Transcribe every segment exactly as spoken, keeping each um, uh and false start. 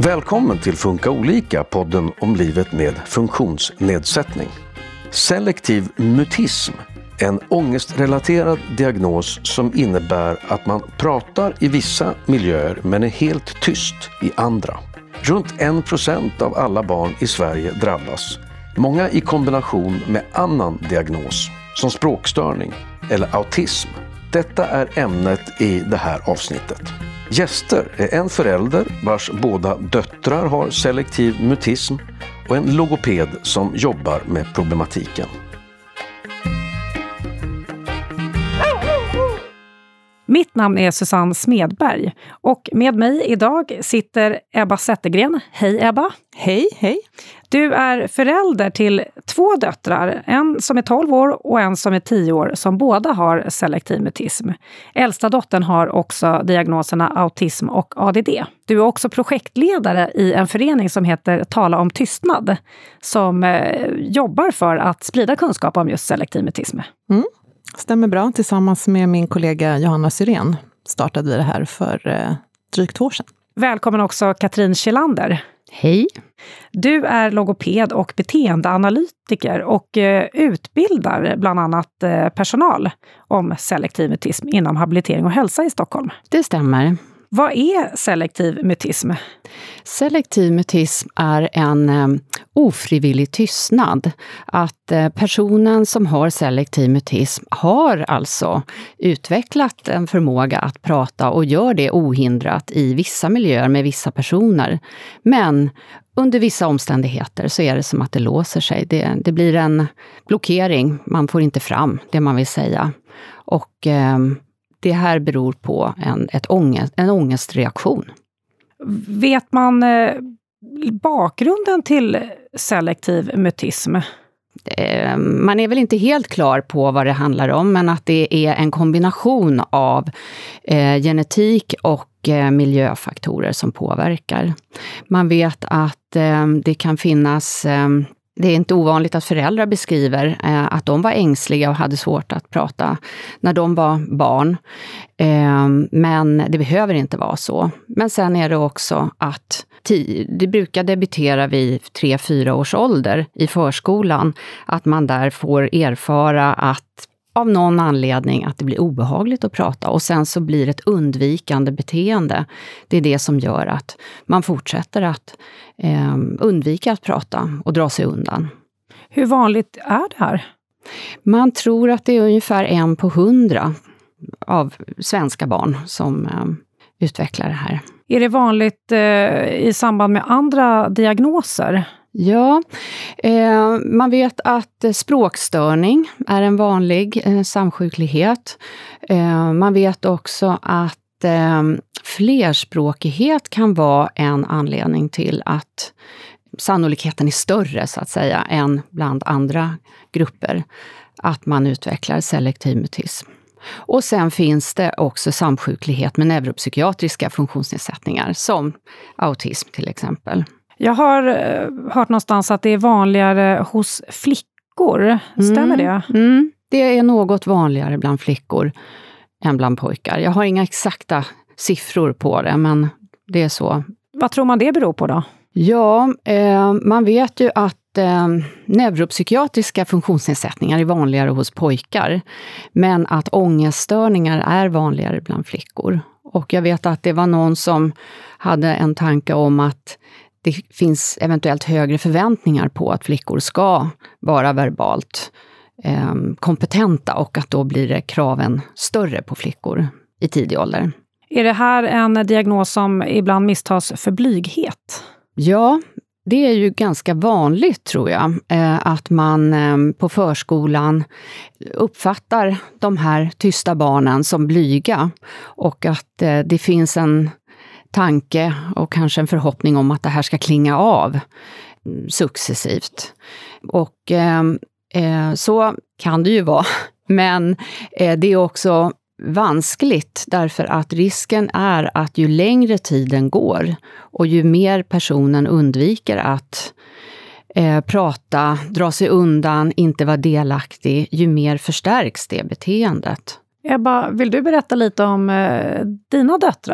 Välkommen till Funka olika, podden om livet med funktionsnedsättning. Selektiv mutism, en ångestrelaterad diagnos som innebär att man pratar i vissa miljöer men är helt tyst i andra. Runt en procent av alla barn i Sverige drabbas. Många i kombination med annan diagnos, som språkstörning eller autism. Detta är ämnet i det här avsnittet. Gäster är en förälder vars båda döttrar har selektiv mutism och en logoped som jobbar med problematiken. Mitt namn är Susanne Smedberg och med mig idag sitter Ebba Zettergren. Hej Ebba! Hej, hej! Du är förälder till två döttrar, en som är tolv år och en som är tio år, som båda har selektiv mutism. Äldsta dottern har också diagnoserna autism och A D D. Du är också projektledare i en förening som heter Tala om tystnad, som eh, jobbar för att sprida kunskap om just selektiv mutism. Mm. Stämmer bra. Tillsammans med min kollega Johanna Syrén startade vi det här för eh, drygt två år sedan. Välkommen också Katrin Kjellander. Hej. Du är logoped och beteendeanalytiker och eh, utbildar bland annat eh, personal om selektiv mutism inom habilitering och hälsa i Stockholm. Det stämmer. Vad är selektiv mutism? Selektiv mutism är en eh, ofrivillig tystnad. Att eh, personen som har selektiv mutism har alltså utvecklat en förmåga att prata och gör det ohindrat i vissa miljöer med vissa personer. Men under vissa omständigheter så är det som att det låser sig. Det, det blir en blockering, man får inte fram det man vill säga. Och eh, det här beror på en, ett ångest, en ångestreaktion. Vet man eh, bakgrunden till selektiv mutism? Eh, man är väl inte helt klar på vad det handlar om, men att det är en kombination av eh, genetik och eh, miljöfaktorer som påverkar. Man vet att eh, det kan finnas... Eh, Det är inte ovanligt att föräldrar beskriver eh, att de var ängsliga och hade svårt att prata när de var barn. Eh, men det behöver inte vara så. Men sen är det också att t- det brukar debutera vid tre fyra års ålder i förskolan. Att man där får erfara att av någon anledning att det blir obehagligt att prata. Och sen så blir det ett undvikande beteende. Det är det som gör att man fortsätter att eh, undvika att prata och dra sig undan. Hur vanligt är det här? Man tror att det är ungefär en på hundra av svenska barn som eh, utvecklar det här. Är det vanligt eh, i samband med andra diagnoser? Ja, eh, man vet att språkstörning är en vanlig eh, samsjuklighet. Eh, man vet också att eh, flerspråkighet kan vara en anledning till att sannolikheten är större så att säga än bland andra grupper att man utvecklar selektiv mutism. Och sen finns det också samsjuklighet med neuropsykiatriska funktionsnedsättningar som autism till exempel. Jag har eh, hört någonstans att det är vanligare hos flickor. Stämmer mm, det? Mm, det är något vanligare bland flickor än bland pojkar. Jag har inga exakta siffror på det, men det är så. Vad tror man det beror på då? Ja, eh, man vet ju att eh, neuropsykiatriska funktionsnedsättningar är vanligare hos pojkar. Men att ångeststörningar är vanligare bland flickor. Och jag vet att det var någon som hade en tanke om att det finns eventuellt högre förväntningar på att flickor ska vara verbalt eh, kompetenta och att då blir det kraven större på flickor i tidig ålder. Är det här en diagnos som ibland misstas för blyghet? Ja, det är ju ganska vanligt tror jag eh, att man eh, på förskolan uppfattar de här tysta barnen som blyga och att eh, det finns en tanke och kanske en förhoppning om att det här ska klinga av successivt. Och eh, eh, så kan det ju vara. Men eh, det är också vanskligt därför att risken är att ju längre tiden går och ju mer personen undviker att eh, prata, dra sig undan, inte vara delaktig, ju mer förstärks det beteendet. Ebba, vill du berätta lite om eh, dina döttrar?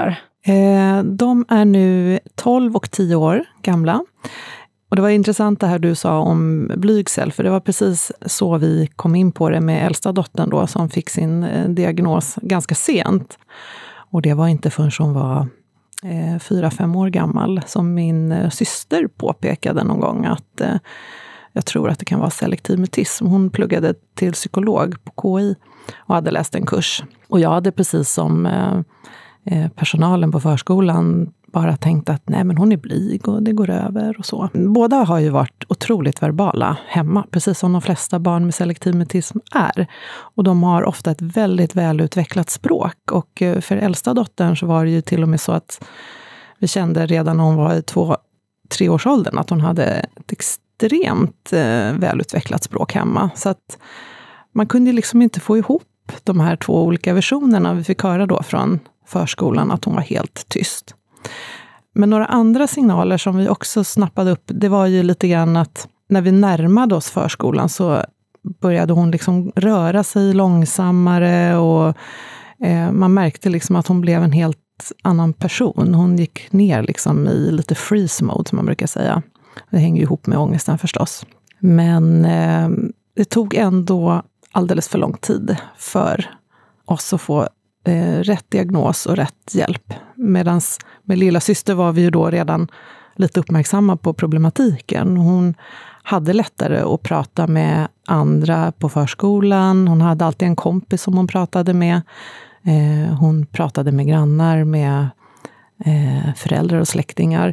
Eh, de är nu tolv och tio år gamla. Och det var intressant det här du sa om blygsel, för det var precis så vi kom in på det med äldsta dottern då, som fick sin eh, diagnos ganska sent. Och det var inte förrän hon var eh, fyra, fem år gammal som min eh, syster påpekade någon gång att eh, jag tror att det kan vara selektiv mutism. Hon pluggade till psykolog på K I och hade läst en kurs. Och jag hade precis som eh, personalen på förskolan bara tänkt att nej, men hon är blyg och det går över och så. Båda har ju varit otroligt verbala hemma, precis som de flesta barn med selektiv mutism är. Och de har ofta ett väldigt välutvecklat språk. Och för äldsta dottern så var det ju till och med så att vi kände redan när hon var i två, tre års åldern att hon hade ett extremt eh, välutvecklat språk hemma. Så att man kunde liksom inte få ihop de här två olika versionerna. Vi fick höra då från förskolan att hon var helt tyst. Men några andra signaler som vi också snappade upp, det var ju lite grann att när vi närmade oss förskolan så började hon liksom röra sig långsammare och eh, man märkte liksom att hon blev en helt annan person. Hon gick ner liksom i lite freeze mode som man brukar säga. Det hänger ju ihop med ångesten förstås. Men eh, det tog ändå alldeles för lång tid för oss att få eh, rätt diagnos och rätt hjälp. Medan med lilla syster var vi ju då redan lite uppmärksamma på problematiken. Hon hade lättare att prata med andra på förskolan. Hon hade alltid en kompis som hon pratade med. Eh, hon pratade med grannar, med eh, föräldrar och släktingar.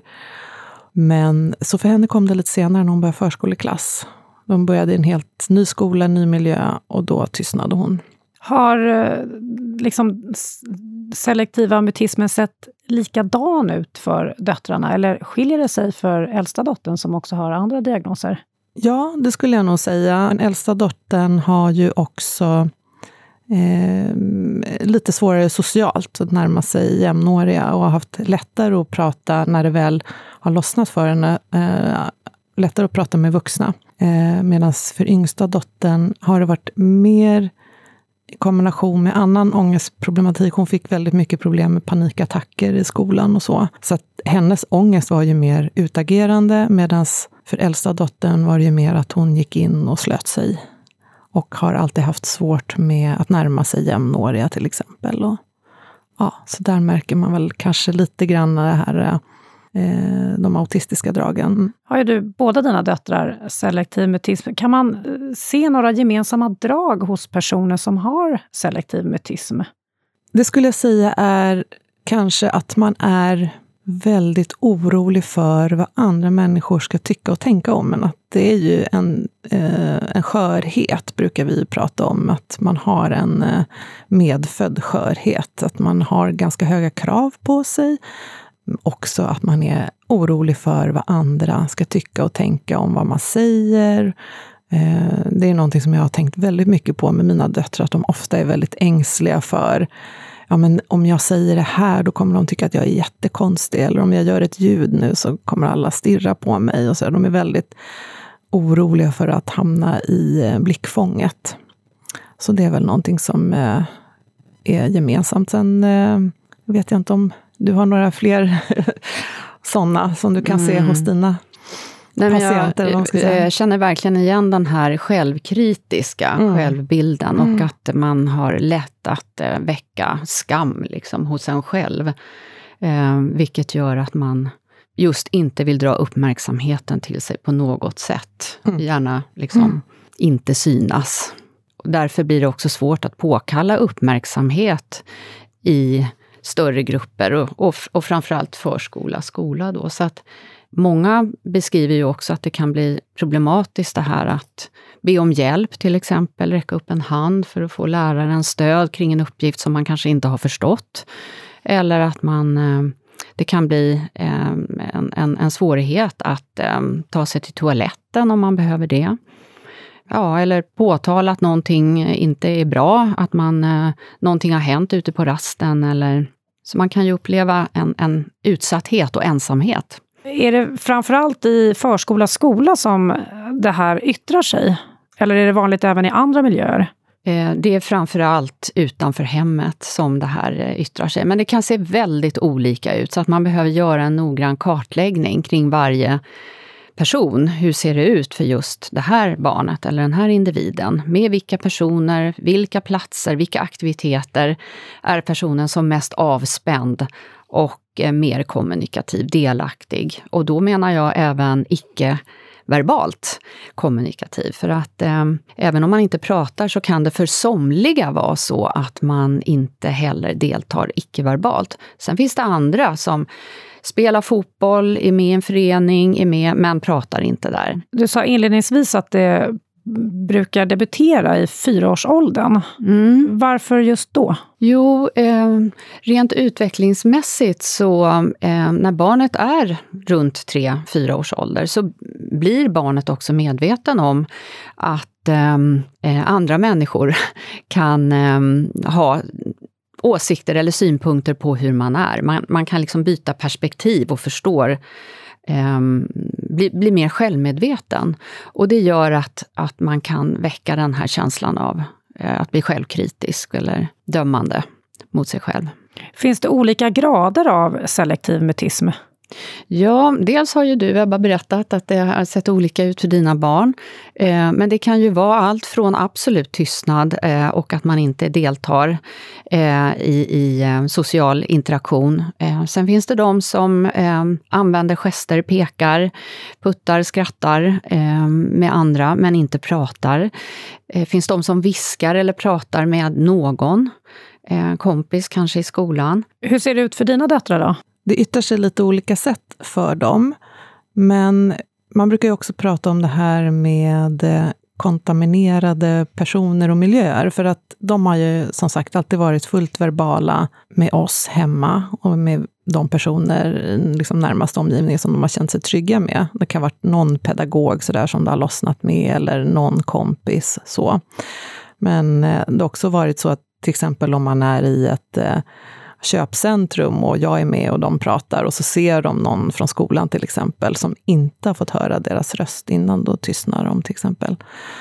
Men så för henne kom det lite senare när hon började förskoleklass. De började i en helt ny skola, ny miljö och då tystnade hon. Har liksom selektiva mutismen sett likadan ut för döttrarna? Eller skiljer det sig för äldsta dottern som också har andra diagnoser? Ja, det skulle jag nog säga. Den äldsta dottern har ju också eh, lite svårare socialt att närma sig jämnåriga och har haft lättare att prata när det väl har lossnat för henne. Eh, lättare att prata med vuxna. Eh, Medan för yngsta dottern har det varit mer i kombination med annan ångestproblematik. Hon fick väldigt mycket problem med panikattacker i skolan och så. Så att hennes ångest var ju mer utagerande, medan för äldsta dottern var det ju mer att hon gick in och slöt sig. Och har alltid haft svårt med att närma sig jämnåriga till exempel. Och, ja, så där märker man väl kanske lite grann det här, eh, de autistiska dragen. Har ju du båda dina döttrar selektiv mutism? Kan man se några gemensamma drag hos personer som har selektiv mutism? Det skulle jag säga är kanske att man är väldigt orolig för vad andra människor ska tycka och tänka om. Men att det är ju en, eh, en skörhet, brukar vi prata om. Att man har en eh, medfödd skörhet. Att man har ganska höga krav på sig. Också att man är orolig för vad andra ska tycka och tänka om vad man säger. Eh, det är någonting som jag har tänkt väldigt mycket på med mina döttrar. Att de ofta är väldigt ängsliga för, ja men om jag säger det här då kommer de tycka att jag är jättekonstig. Eller om jag gör ett ljud nu så kommer alla stirra på mig. Och så. De är väldigt oroliga för att hamna i blickfånget. Så det är väl någonting som eh, är gemensamt. Sen eh, vet jag inte om du har några fler sådana som du kan mm. se hos dina Nej, patienter. Jag, ska säga. jag känner verkligen igen den här självkritiska mm. självbilden mm. och att man har lätt att eh, väcka skam liksom, hos en själv. Eh, vilket gör att man just inte vill dra uppmärksamheten till sig på något sätt. Mm. Gärna liksom mm. inte synas. Därför blir det också svårt att påkalla uppmärksamhet i större grupper och, och, och framförallt förskola, skola då. Så att många beskriver ju också att det kan bli problematiskt det här att be om hjälp till exempel, räcka upp en hand för att få läraren stöd kring en uppgift som man kanske inte har förstått. Eller att man, det kan bli en, en, en svårighet att ta sig till toaletten om man behöver det. Ja, eller påtala att någonting inte är bra, att man, någonting har hänt ute på rasten. Eller, så man kan ju uppleva en, en utsatthet och ensamhet. Är det framförallt i förskola, skola som det här yttrar sig? Eller är det vanligt även i andra miljöer? Det är framförallt utanför hemmet som det här yttrar sig. Men det kan se väldigt olika ut, så att man behöver göra en noggrann kartläggning kring varje person. Hur ser det ut för just det här barnet eller den här individen? Med vilka personer, vilka platser, vilka aktiviteter är personen som mest avspänd och mer kommunikativ, delaktig? Och då menar jag även icke verbalt kommunikativ. För att eh, även om man inte pratar så kan det för somliga vara så att man inte heller deltar icke-verbalt. Sen finns det andra som spelar fotboll, är med i en förening, är med, men pratar inte där. Du sa inledningsvis att det brukar debutera i fyraårsåldern. Mm. Varför just då? Jo, eh, rent utvecklingsmässigt så eh, när barnet är runt tre fyra års ålder så blir barnet också medveten om att eh, andra människor kan eh, ha åsikter eller synpunkter på hur man är. Man, man kan liksom byta perspektiv och förstår Um, bli, bli mer självmedveten. Och det gör att, att man kan väcka den här känslan av uh, att bli självkritisk eller dömande mot sig själv. Finns det olika grader av selektiv mutism? Ja, dels har ju du, Ebba, berättat att det har sett olika ut för dina barn. Eh, men det kan ju vara allt från absolut tystnad eh, och att man inte deltar eh, i, i eh, social interaktion. Eh, sen finns det de som eh, använder gester, pekar, puttar, skrattar eh, med andra men inte pratar. Eh, finns de som viskar eller pratar med någon, eh, kompis kanske i skolan. Hur ser det ut för dina döttrar då? Det yttrar sig lite olika sätt för dem, men man brukar ju också prata om det här med kontaminerade personer och miljöer, för att de har ju som sagt alltid varit fullt verbala med oss hemma och med de personer liksom närmast omgivningen som de har känt sig trygga med. Det kan ha varit någon pedagog så där som det har lossnat med eller någon kompis så. Men det har också varit så att till exempel om man är i ett köpcentrum och jag är med och de pratar och så ser de någon från skolan till exempel som inte har fått höra deras röst innan, då tystnar de till exempel.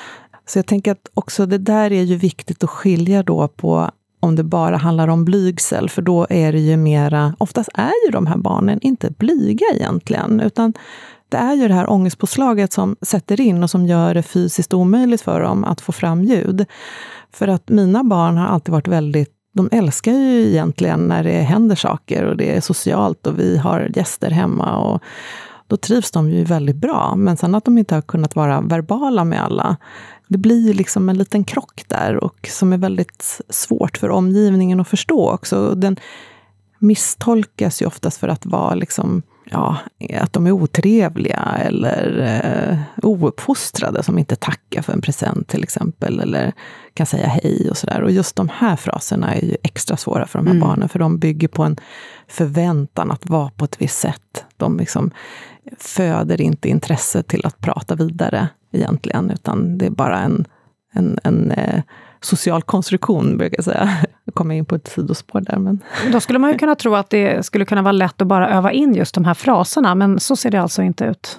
Så jag tänker att också det där är ju viktigt att skilja då på om det bara handlar om blygsel, för då är det ju mera, oftast är ju de här barnen inte blyga egentligen, utan det är ju det här ångestpåslaget som sätter in och som gör det fysiskt omöjligt för dem att få fram ljud. För att mina barn har alltid varit väldigt, de älskar ju egentligen när det händer saker och det är socialt och vi har gäster hemma och då trivs de ju väldigt bra. Men sen att de inte har kunnat vara verbala med alla, det blir ju liksom en liten krock där och som är väldigt svårt för omgivningen att förstå också. Den misstolkas ju oftast för att vara liksom, ja, att de är otrevliga eller eh, ouppfostrade som inte tackar för en present till exempel eller kan säga hej och sådär. Och just de här fraserna är ju extra svåra för de här mm. barnen, för de bygger på en förväntan att vara på ett visst sätt. De liksom föder inte intresse till att prata vidare egentligen, utan det är bara en, en, en eh, social konstruktion, brukar jag säga. Jag kommer in på ett sidospår där. Men... Då skulle man ju kunna tro att det skulle kunna vara lätt att bara öva in just de här fraserna, men så ser det alltså inte ut.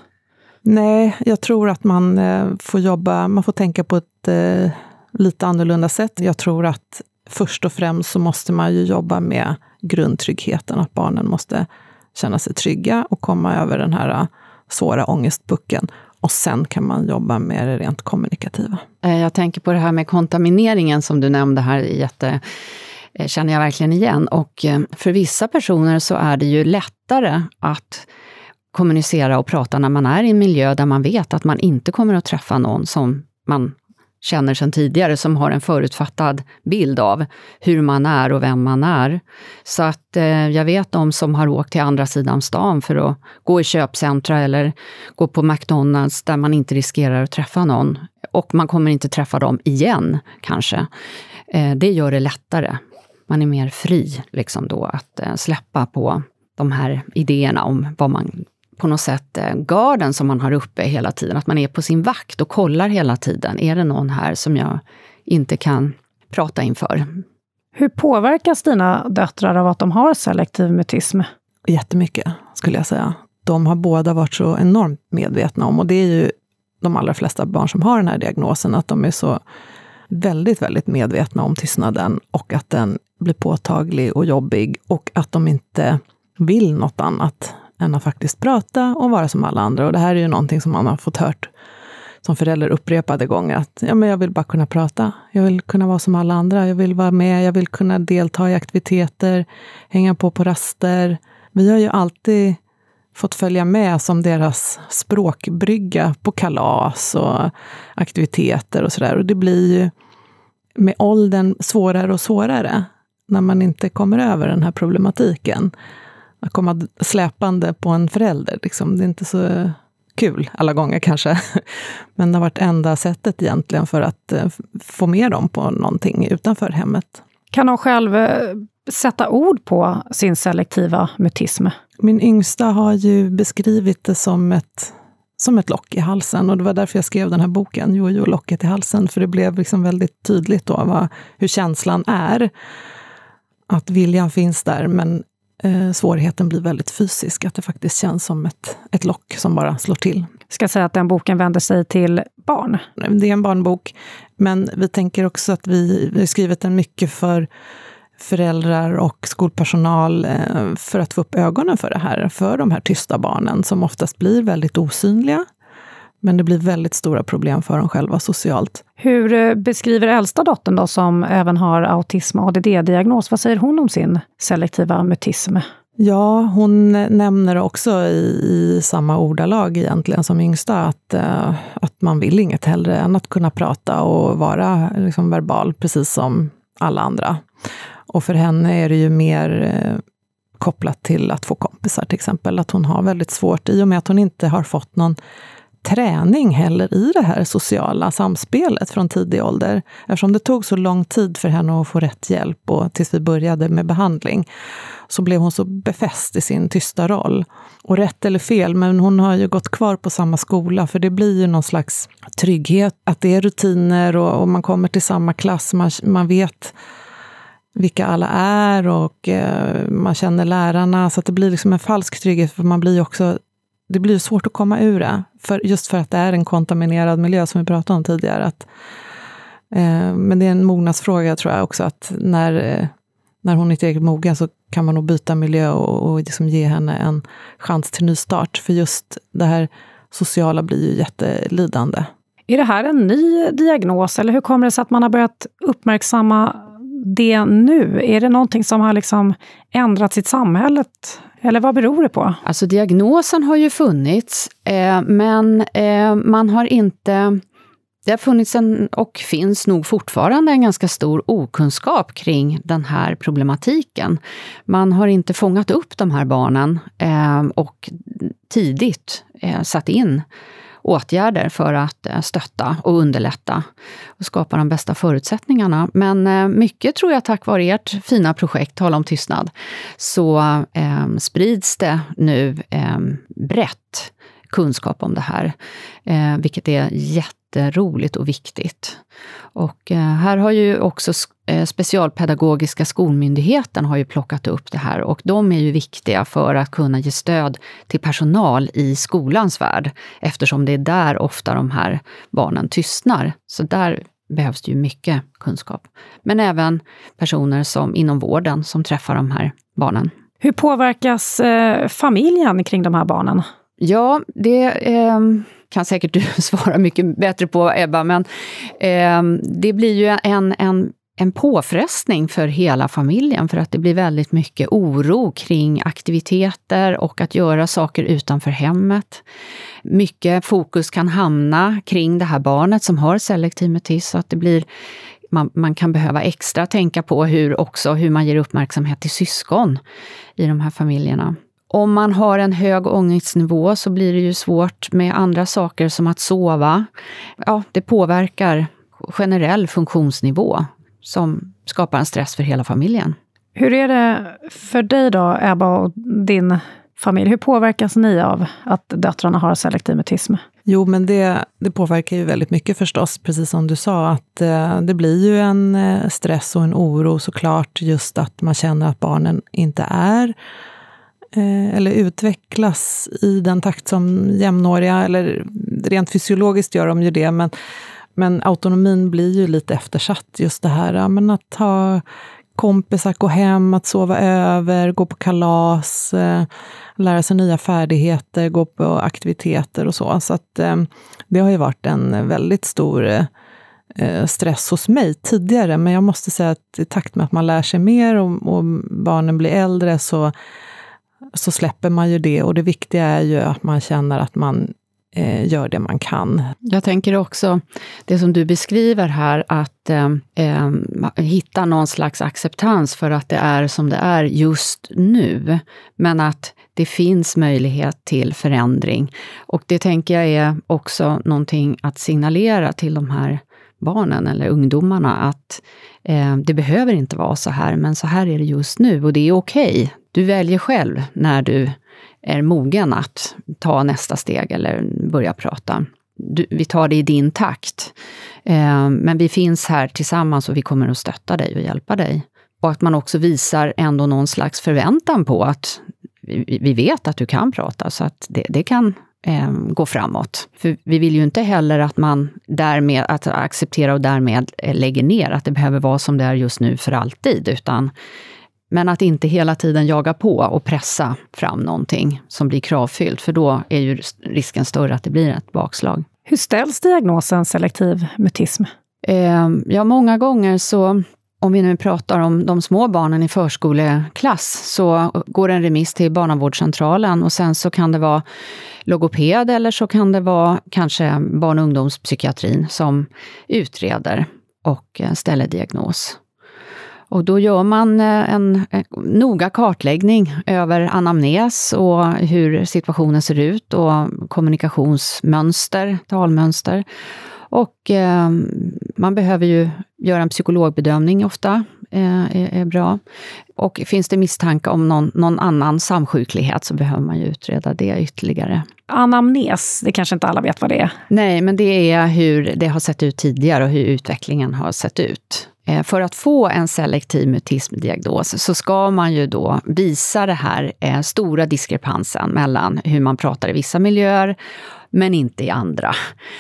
Nej, jag tror att man eh, får jobba, man får tänka på ett eh, lite annorlunda sätt. Jag tror att först och främst så måste man ju jobba med grundtryggheten, att barnen måste känna sig trygga och komma över den här uh, svåra ångestpucken. Och sen kan man jobba med det rent kommunikativa. Jag tänker på det här med kontamineringen som du nämnde här, jätte, känner jag verkligen igen. Och för vissa personer så är det ju lättare att kommunicera och prata när man är i en miljö där man vet att man inte kommer att träffa någon som man känner sedan tidigare, som har en förutfattad bild av hur man är och vem man är. Så att eh, jag vet de som har åkt till andra sidan stan för att gå i köpcentra eller gå på McDonalds där man inte riskerar att träffa någon. Och man kommer inte träffa dem igen kanske. Eh, det gör det lättare. Man är mer fri liksom då att eh, släppa på de här idéerna om vad man på något sätt garden som man har uppe hela tiden. Att man är på sin vakt och kollar hela tiden. Är det någon här som jag inte kan prata inför? Hur påverkas dina döttrar av att de har selektiv mutism? Jättemycket skulle jag säga. De har båda varit så enormt medvetna om, och det är ju de allra flesta barn som har den här diagnosen, att de är så väldigt, väldigt medvetna om tystnaden och att den blir påtaglig och jobbig och att de inte vill något annat än att faktiskt prata och vara som alla andra. Och det här är ju någonting som man har fått hört som förälder upprepade gånger, att ja, men jag vill bara kunna prata. Jag vill kunna vara som alla andra. Jag vill vara med. Jag vill kunna delta i aktiviteter, hänga på på raster. Vi har ju alltid fått följa med som deras språkbrygga på kalas och aktiviteter och sådär. Och det blir ju med åldern svårare och svårare när man inte kommer över den här problematiken. Att komma släpande på en förälder, liksom. Det är inte så kul alla gånger kanske. Men det har varit enda sättet egentligen för att få med dem på någonting utanför hemmet. Kan de själv sätta ord på sin selektiva mutism? Min yngsta har ju beskrivit det som ett, som ett lock i halsen. Och det var därför jag skrev den här boken, Jojo, locket i halsen. För det blev liksom väldigt tydligt då vad, hur känslan är. Att viljan finns där, men eh, svårigheten blir väldigt fysisk. Att det faktiskt känns som ett, ett lock som bara slår till. Jag ska säga att den boken vänder sig till barn. Det är en barnbok. Men vi tänker också att vi, vi har skrivit den mycket för föräldrar och skolpersonal för att få upp ögonen för det här, för de här tysta barnen som oftast blir väldigt osynliga, men det blir väldigt stora problem för dem själva socialt. Hur beskriver äldsta dottern då, som även har autism och A D D-diagnos, vad säger hon om sin selektiva mutism? Ja, hon nämner också i, i samma ordalag egentligen som yngsta att, uh, att man vill inget hellre än att kunna prata och vara liksom verbal precis som alla andra. Och för henne är det ju mer eh, kopplat till att få kompisar till exempel. Att hon har väldigt svårt, i och med att hon inte har fått någon träning heller i det här sociala samspelet från tidig ålder. Eftersom det tog så lång tid för henne att få rätt hjälp och tills vi började med behandling, så blev hon så befäst i sin tysta roll. Och rätt eller fel, men hon har ju gått kvar på samma skola, för det blir ju någon slags trygghet. Att det är rutiner och, och man kommer till samma klass, man, man vet vilka alla är och eh, man känner lärarna, så att det blir liksom en falsk trygghet, för man blir också, det blir svårt att komma ur det, för, just för att det är en kontaminerad miljö som vi pratade om tidigare. Att, eh, men det är en mognadsfråga tror jag också, att när, eh, när hon är tillräckligt mogen så kan man nog byta miljö och, och liksom ge henne en chans till nystart, för just det här sociala blir ju jättelidande. Är det här en ny diagnos, eller hur kommer det sig att man har börjat uppmärksamma det nu? Är det någonting som har liksom ändrats i samhället? Eller vad beror det på? Alltså diagnosen har ju funnits, eh, men eh, man har inte... Det har funnits en, och finns nog fortfarande en ganska stor okunskap kring den här problematiken. Man har inte fångat upp de här barnen eh, och tidigt eh, satt in åtgärder för att stötta och underlätta och skapa de bästa förutsättningarna. Men mycket tror jag tack vare ert fina projekt Tala om tystnad så eh, sprids det nu eh, brett kunskap om det här, eh, vilket är jätteroligt och viktigt. Och eh, här har ju också eh, Specialpedagogiska skolmyndigheten har ju plockat upp det här, och de är ju viktiga för att kunna ge stöd till personal i skolans värld, eftersom det är där ofta de här barnen tystnar. Så där behövs det ju mycket kunskap. Men även personer som inom vården som träffar de här barnen. Hur påverkas eh, familjen kring de här barnen? Ja, det eh, kan säkert du svara mycket bättre på, Ebba, men eh, det blir ju en, en, en påfrestning för hela familjen, för att det blir väldigt mycket oro kring aktiviteter och att göra saker utanför hemmet. Mycket fokus kan hamna kring det här barnet som har selektiv mutism, så att det blir, man, man kan behöva extra tänka på hur, också hur man ger uppmärksamhet till syskon i de här familjerna. Om man har en hög ångestnivå så blir det ju svårt med andra saker som att sova. Ja, det påverkar generell funktionsnivå som skapar en stress för hela familjen. Hur är det för dig då, Ebba, och din familj? Hur påverkas ni av att döttrarna har selektiv mutism? Jo, men det, det påverkar ju väldigt mycket förstås, precis som du sa, att eh, det blir ju en eh, stress och en oro såklart, just att man känner att barnen inte är eller utvecklas i den takt som jämnåriga, eller rent fysiologiskt gör de ju det, men, Men autonomin blir ju lite eftersatt, just det här, ja, men att ha kompisar, gå hem, att sova över, gå på kalas, eh, lära sig nya färdigheter, gå på aktiviteter och så. Så att eh, det har ju varit en väldigt stor eh, stress hos mig tidigare, men jag måste säga att i takt med att man lär sig mer och, och barnen blir äldre så, så släpper man ju det, och det viktiga är ju att man känner att man eh, gör det man kan. Jag tänker också, det som du beskriver här, att eh, eh, hitta någon slags acceptans för att det är som det är just nu, men att det finns möjlighet till förändring. Och det tänker jag är också någonting att signalera till de här barnen eller ungdomarna, att eh, det behöver inte vara så här, men så här är det just nu, och det är okej. Du väljer själv när du är mogen att ta nästa steg eller börja prata. Du, vi tar det i din takt. Eh, men vi finns här tillsammans och vi kommer att stötta dig och hjälpa dig. Och att man också visar ändå någon slags förväntan på att vi, vi vet att du kan prata, så att det, det kan eh, gå framåt. För vi vill ju inte heller att man därmed att acceptera och därmed lägger ner att det behöver vara som det är just nu för alltid, utan men att inte hela tiden jaga på och pressa fram någonting som blir kravfyllt, för då är ju risken större att det blir ett bakslag. Hur ställs diagnosen selektiv mutism? Eh, ja, många gånger så, om vi nu pratar om de små barnen i förskoleklass, så går en remiss till barnavårdscentralen, och sen så kan det vara logoped eller så kan det vara kanske barn- och ungdomspsykiatrin som utreder och ställer diagnos. Och då gör man en, en noga kartläggning över anamnes och hur situationen ser ut och kommunikationsmönster, talmönster. Och eh, man behöver ju göra en psykologbedömning ofta, eh, är, är bra. Och finns det misstanke om någon, någon annan samsjuklighet så behöver man ju utreda det ytterligare. Anamnes, det kanske inte alla vet vad det är. Nej, men det är hur det har sett ut tidigare och hur utvecklingen har sett ut. För att få en selektiv mutismdiagnos så ska man ju då visa det här eh, stora diskrepansen mellan hur man pratar i vissa miljöer men inte i andra.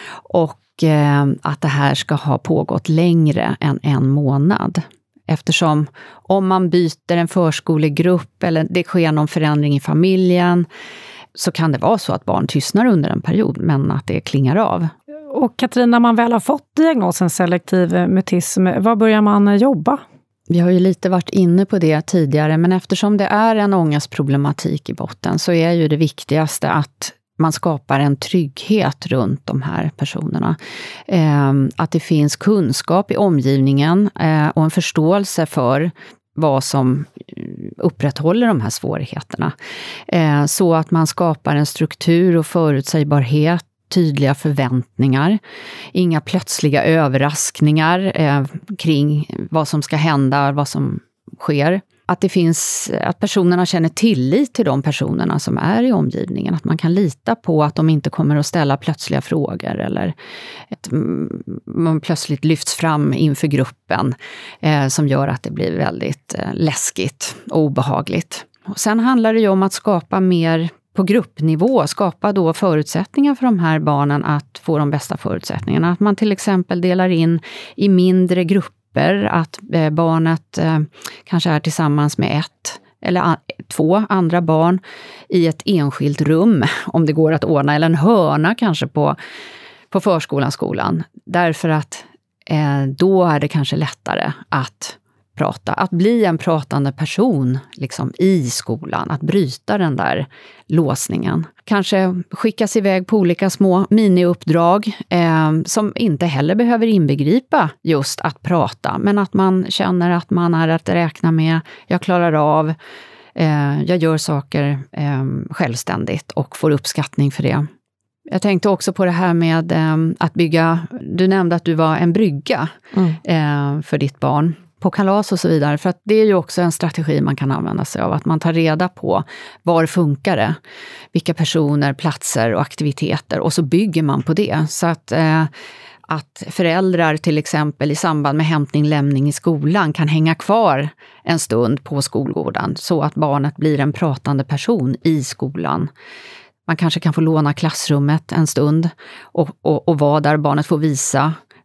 Och eh, att det här ska ha pågått längre än en månad. Eftersom om man byter en förskolegrupp eller det sker någon förändring i familjen, så kan det vara så att barn tystnar under en period, men att det klingar av. Och Katrin, när man väl har fått diagnosen selektiv mutism, var börjar man jobba? Vi har ju lite varit inne på det tidigare, men eftersom det är en ångestproblematik i botten så är ju det viktigaste att man skapar en trygghet runt de här personerna. Eh, att det finns kunskap i omgivningen eh, och en förståelse för vad som upprätthåller de här svårigheterna. Eh, så att man skapar en struktur och förutsägbarhet, tydliga förväntningar, inga plötsliga överraskningar eh, kring vad som ska hända, vad som sker. Att det finns, att personerna känner tillit till de personerna som är i omgivningen. Att man kan lita på att de inte kommer att ställa plötsliga frågor eller att man plötsligt lyfts fram inför gruppen eh, som gör att det blir väldigt eh, läskigt och obehagligt. Och sen handlar det ju om att skapa mer på gruppnivå, skapa då förutsättningar för de här barnen att få de bästa förutsättningarna. Att man till exempel delar in i mindre grupper, att eh, barnet eh, kanske är tillsammans med ett eller a- två andra barn i ett enskilt rum, om det går att ordna, eller en hörna kanske på, på förskolan, skolan. Därför att eh, då är det kanske lättare att prata, att bli en pratande person liksom i skolan, att bryta den där låsningen. Kanske skickas iväg på olika små miniuppdrag eh, som inte heller behöver inbegripa just att prata, men att man känner att man är att räkna med, jag klarar av, eh, jag gör saker eh, självständigt och får uppskattning för det. Jag tänkte också på det här med eh, att bygga, du nämnde att du var en brygga mm. eh, för ditt barn på kalas och så vidare, för att det är ju också en strategi man kan använda sig av, att man tar reda på var funkar det, vilka personer, platser och aktiviteter, och så bygger man på det, så att, eh, att föräldrar till exempel i samband med hämtning, lämning i skolan kan hänga kvar en stund på skolgården, så att barnet blir en pratande person i skolan. Man kanske kan få låna klassrummet en stund och, och, och vara där barnet får visa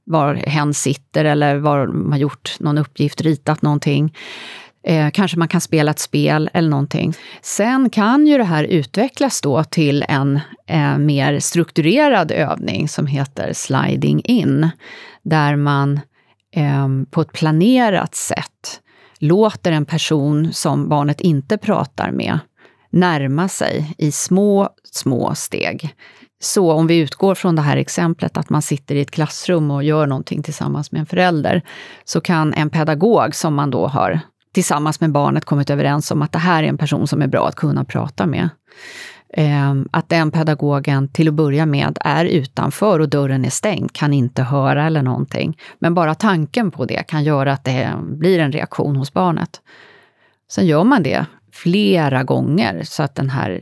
var hen sitter eller var man har gjort någon uppgift, ritat någonting. Eh, kanske man kan spela ett spel eller någonting. Sen kan ju det här utvecklas då till en eh, mer strukturerad övning som heter sliding in. Där man eh, på ett planerat sätt låter en person som barnet inte pratar med närma sig i små, små steg. Så om vi utgår från det här exemplet att man sitter i ett klassrum och gör någonting tillsammans med en förälder, så kan en pedagog som man då har tillsammans med barnet kommit överens om att det här är en person som är bra att kunna prata med. Eh, att den pedagogen till att börja med är utanför och dörren är stängd, kan inte höra eller någonting. Men bara tanken på det kan göra att det blir en reaktion hos barnet. Sen gör man det flera gånger så att den här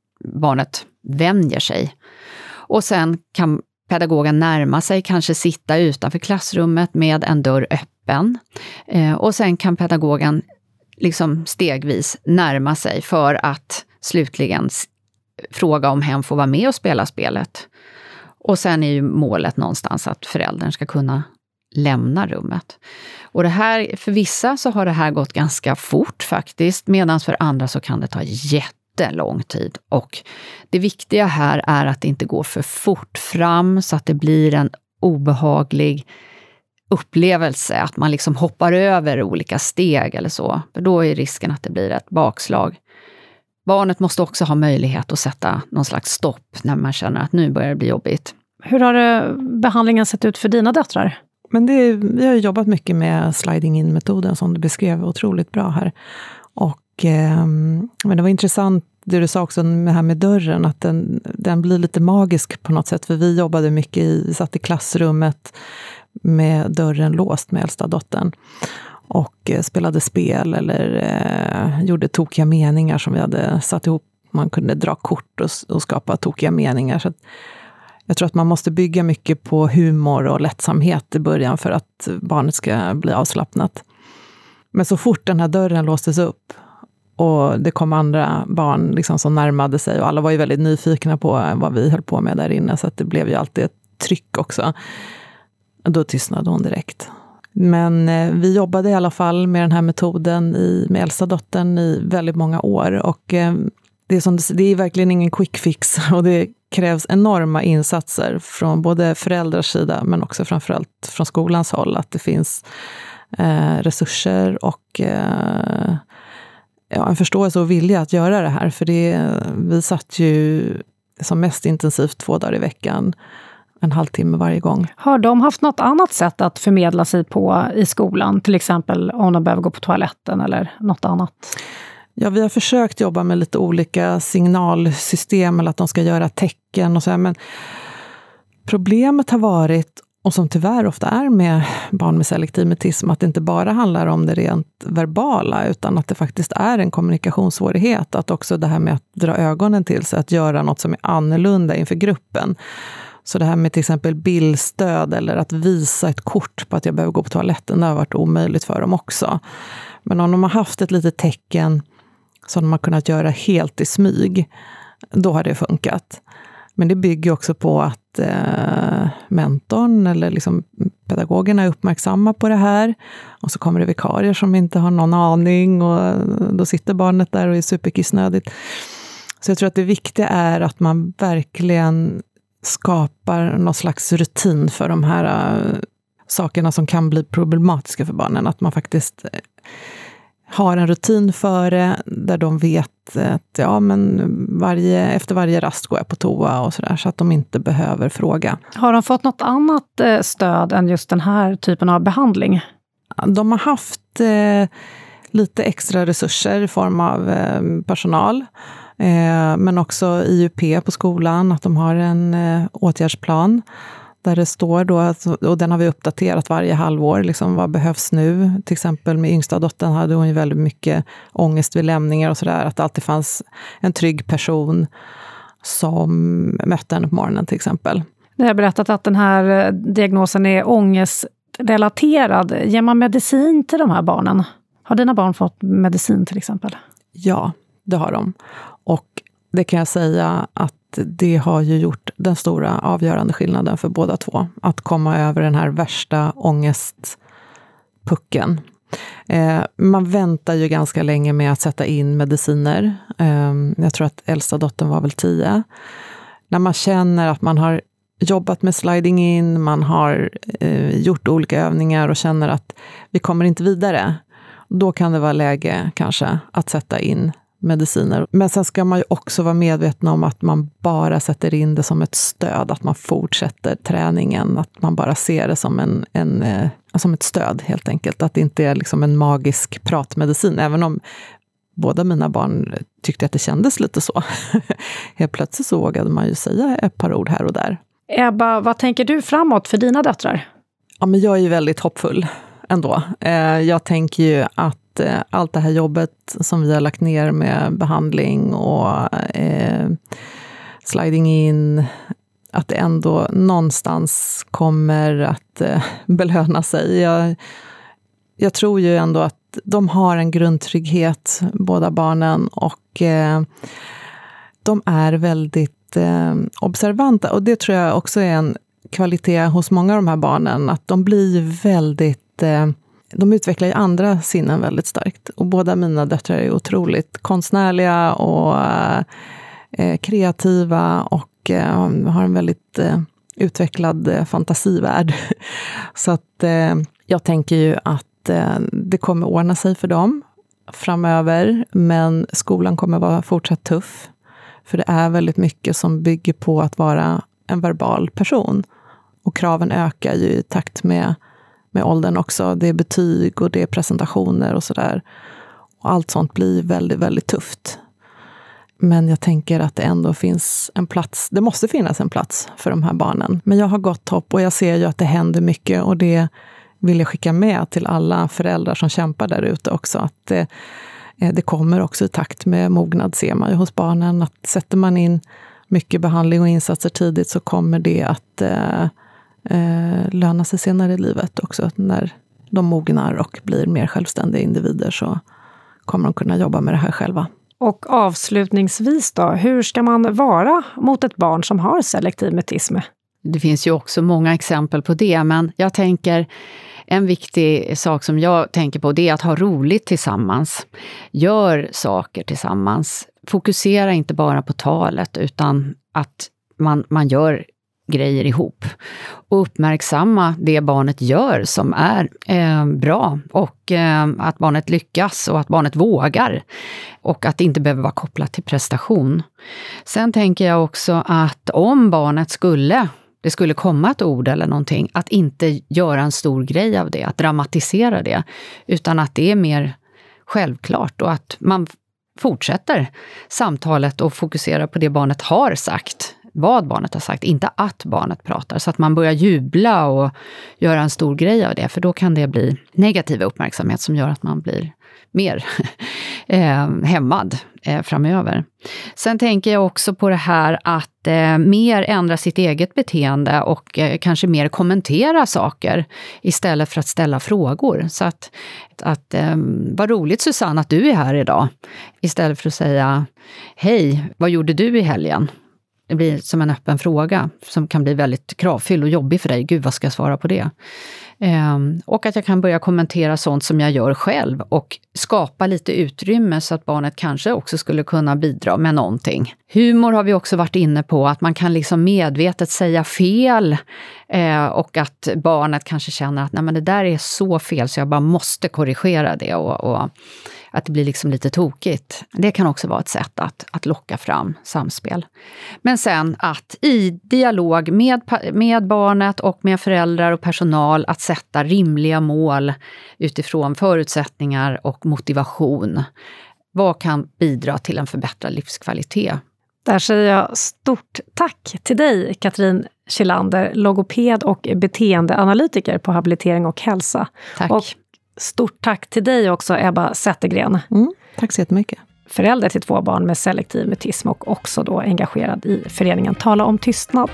barnet vänjer sig. Och sen kan pedagogen närma sig, kanske sitta utanför klassrummet med en dörr öppen. Eh, och sen kan pedagogen liksom stegvis närma sig för att slutligen s- fråga om hen får vara med och spela spelet. Och sen är ju målet någonstans att föräldern ska kunna lämna rummet. Och det här, för vissa så har det här gått ganska fort faktiskt, medan för andra så kan det ta jättelång tid. Och det viktiga här är att det inte går för fort fram så att det blir en obehaglig upplevelse, att man liksom hoppar över olika steg eller så. För då är risken att det blir ett bakslag. Barnet måste också ha möjlighet att sätta någon slags stopp när man känner att nu börjar det bli jobbigt. Hur har det, behandlingen sett ut för dina döttrar? Men det, vi har jobbat mycket med sliding in-metoden som du beskrev otroligt bra här. Och, eh, men det var intressant det du sa också med det här med dörren, att den, den blir lite magisk på något sätt. För vi jobbade mycket i, vi satt i klassrummet med dörren låst med äldsta dottern. Och eh, spelade spel eller eh, gjorde tokiga meningar som vi hade satt ihop. Man kunde dra kort och, och skapa tokiga meningar. Så att, jag tror att man måste bygga mycket på humor och lättsamhet i början för att barnet ska bli avslappnat. Men så fort den här dörren låstes upp och det kom andra barn liksom som närmade sig, och alla var ju väldigt nyfikna på vad vi höll på med där inne, så att det blev ju alltid ett tryck också. Då tystnade hon direkt. Men eh, vi jobbade i alla fall med den här metoden i, med äldsta dottern i väldigt många år, och eh, det, är som, det är verkligen ingen quick fix, och det krävs enorma insatser från både föräldrars sida men också framförallt från skolans håll, att det finns eh, resurser och eh, ja, en förståelse och vilja att göra det här. För det, vi satt ju som mest intensivt två dagar i veckan, en halvtimme varje gång. Har de haft något annat sätt att förmedla sig på i skolan? Till exempel om de behöver gå på toaletten eller något annat? Ja, vi har försökt jobba med lite olika signalsystem, eller att de ska göra tecken och så här, men problemet har varit, och som tyvärr ofta är med barn med selektiv mutism, att det inte bara handlar om det rent verbala, utan att det faktiskt är en kommunikationssvårighet. Att också det här med att dra ögonen till sig, att göra något som är annorlunda inför gruppen. Så det här med till exempel bildstöd eller att visa ett kort på att jag behöver gå på toaletten, det har varit omöjligt för dem också. Men om de har haft ett litet tecken som de har kunnat göra helt i smyg, då har det funkat. Men det bygger också på att eh, mentorn eller liksom pedagogerna är uppmärksamma på det här. Och så kommer det vikarier som inte har någon aning, och då sitter barnet där och är superkissnödigt. Så jag tror att det viktiga är att man verkligen skapar någon slags rutin för de här uh, sakerna som kan bli problematiska för barnen. Att man faktiskt uh, har en rutin för det, där de vet att ja, men varje, efter varje rast går jag på toa och sådär, så att de inte behöver fråga. Har de fått något annat uh, stöd än just den här typen av behandling? De har haft uh, lite extra resurser i form av uh, personal. Eh, men också I U P på skolan, att de har en eh, åtgärdsplan där det står då, att, och den har vi uppdaterat varje halvår, liksom, vad behövs nu. Till exempel med yngsta dottern hade hon ju väldigt mycket ångest vid lämningar och sådär, att det alltid fanns en trygg person som mötte henne på morgonen till exempel. Det har berättat att den här diagnosen är ångestrelaterad. Ger man medicin till de här barnen? Har dina barn fått medicin till exempel? Ja, det har de. Och det kan jag säga att det har ju gjort den stora avgörande skillnaden för båda två. Att komma över den här värsta ångestpucken. Eh, man väntar ju ganska länge med att sätta in mediciner. Eh, jag tror att äldsta dottern var väl tio. När man känner att man har jobbat med sliding in, man har eh, gjort olika övningar och känner att vi kommer inte vidare. Då kan det vara läge kanske att sätta in mediciner. Men sen ska man ju också vara medveten om att man bara sätter in det som ett stöd, att man fortsätter träningen, att man bara ser det som, en, en, eh, som ett stöd helt enkelt. Att det inte är liksom en magisk pratmedicin, även om båda mina barn tyckte att det kändes lite så. Helt plötsligt så vågade man ju säga ett par ord här och där. Ebba, vad tänker du framåt för dina döttrar? Ja, men jag är ju väldigt hoppfull ändå. Jag tänker ju att allt det här jobbet som vi har lagt ner med behandling och eh, sliding in, att det ändå någonstans kommer att eh, belöna sig. Jag, jag tror ju ändå att de har en grundtrygghet, båda barnen, och eh, de är väldigt eh, observanta. Och det tror jag också är en kvalitet hos många av de här barnen, att de blir väldigt... Eh, de utvecklar ju andra sinnen väldigt starkt. Och båda mina döttrar är otroligt konstnärliga och eh, kreativa och eh, har en väldigt eh, utvecklad eh, fantasivärld. Så att eh, jag tänker ju att eh, det kommer ordna sig för dem framöver. Men skolan kommer vara fortsatt tuff. För det är väldigt mycket som bygger på att vara en verbal person. Och kraven ökar ju i takt med med åldern också. Det är betyg och det är presentationer och sådär. Och allt sånt blir väldigt, väldigt tufft. Men jag tänker att det ändå finns en plats. Det måste finnas en plats för de här barnen. Men jag har gott hopp och jag ser ju att det händer mycket. Och det vill jag skicka med till alla föräldrar som kämpar där ute också. Att det, det kommer också i takt med mognad, ser man ju hos barnen. Att sätter man in mycket behandling och insatser tidigt så kommer det att Eh, löna sig senare i livet också. När de mognar och blir mer självständiga individer så kommer de kunna jobba med det här själva. Och avslutningsvis då, hur ska man vara mot ett barn som har selektiv mutism? Det finns ju också många exempel på det, men jag tänker en viktig sak som jag tänker på, det är att ha roligt tillsammans. Gör saker tillsammans. Fokusera inte bara på talet utan att man, man gör grejer ihop. Och uppmärksamma det barnet gör som är eh, bra. Och eh, att barnet lyckas och att barnet vågar. Och att det inte behöver vara kopplat till prestation. Sen tänker jag också att om barnet skulle, det skulle komma ett ord eller någonting, att inte göra en stor grej av det, att dramatisera det. Utan att det är mer självklart och att man fortsätter samtalet och fokuserar på det barnet har sagt. Vad barnet har sagt, inte att barnet pratar. Så att man börjar jubla och göra en stor grej av det. För då kan det bli negativ uppmärksamhet som gör att man blir mer eh, hämmad eh, framöver. Sen tänker jag också på det här att eh, mer ändra sitt eget beteende och eh, kanske mer kommentera saker istället för att ställa frågor. Så att, att eh, vad roligt Susanne att du är här idag. Istället för att säga, hej, vad gjorde du i helgen? Det blir som en öppen fråga som kan bli väldigt kravfylld och jobbig för dig. Gud, vad ska jag svara på det? Um, och att jag kan börja kommentera sånt som jag gör själv och skapa lite utrymme så att barnet kanske också skulle kunna bidra med någonting. Humor har vi också varit inne på, att man kan liksom medvetet säga fel eh, och att barnet kanske känner att nej, men det där är så fel så jag bara måste korrigera det och, och att det blir liksom lite tokigt. Det kan också vara ett sätt att, att locka fram samspel. Men sen att i dialog med, med barnet och med föräldrar och personal att sätta rimliga mål utifrån förutsättningar och motivation. Vad kan bidra till en förbättrad livskvalitet? Där säger jag stort tack till dig, Katrin Kjellander, logoped och beteendeanalytiker på Habilitering och hälsa. Tack. Och stort tack till dig också, Ebba Zettergren. Mm, tack så jättemycket. Förälder till två barn med selektiv mutism och också då engagerad i föreningen Tala om tystnad.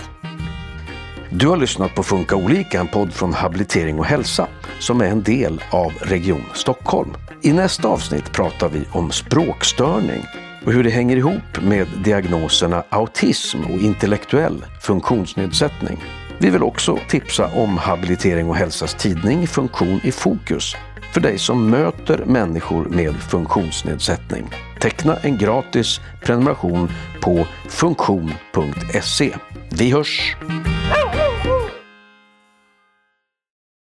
Du har lyssnat på Funka olika, en podd från Habilitering och hälsa som är en del av Region Stockholm. I nästa avsnitt pratar vi om språkstörning. och hur det hänger ihop med diagnoserna autism och intellektuell funktionsnedsättning. Vi vill också tipsa om Habilitering och hälsas tidning Funktion i fokus för dig som möter människor med funktionsnedsättning. Teckna en gratis prenumeration på funktion punkt se. Vi hörs!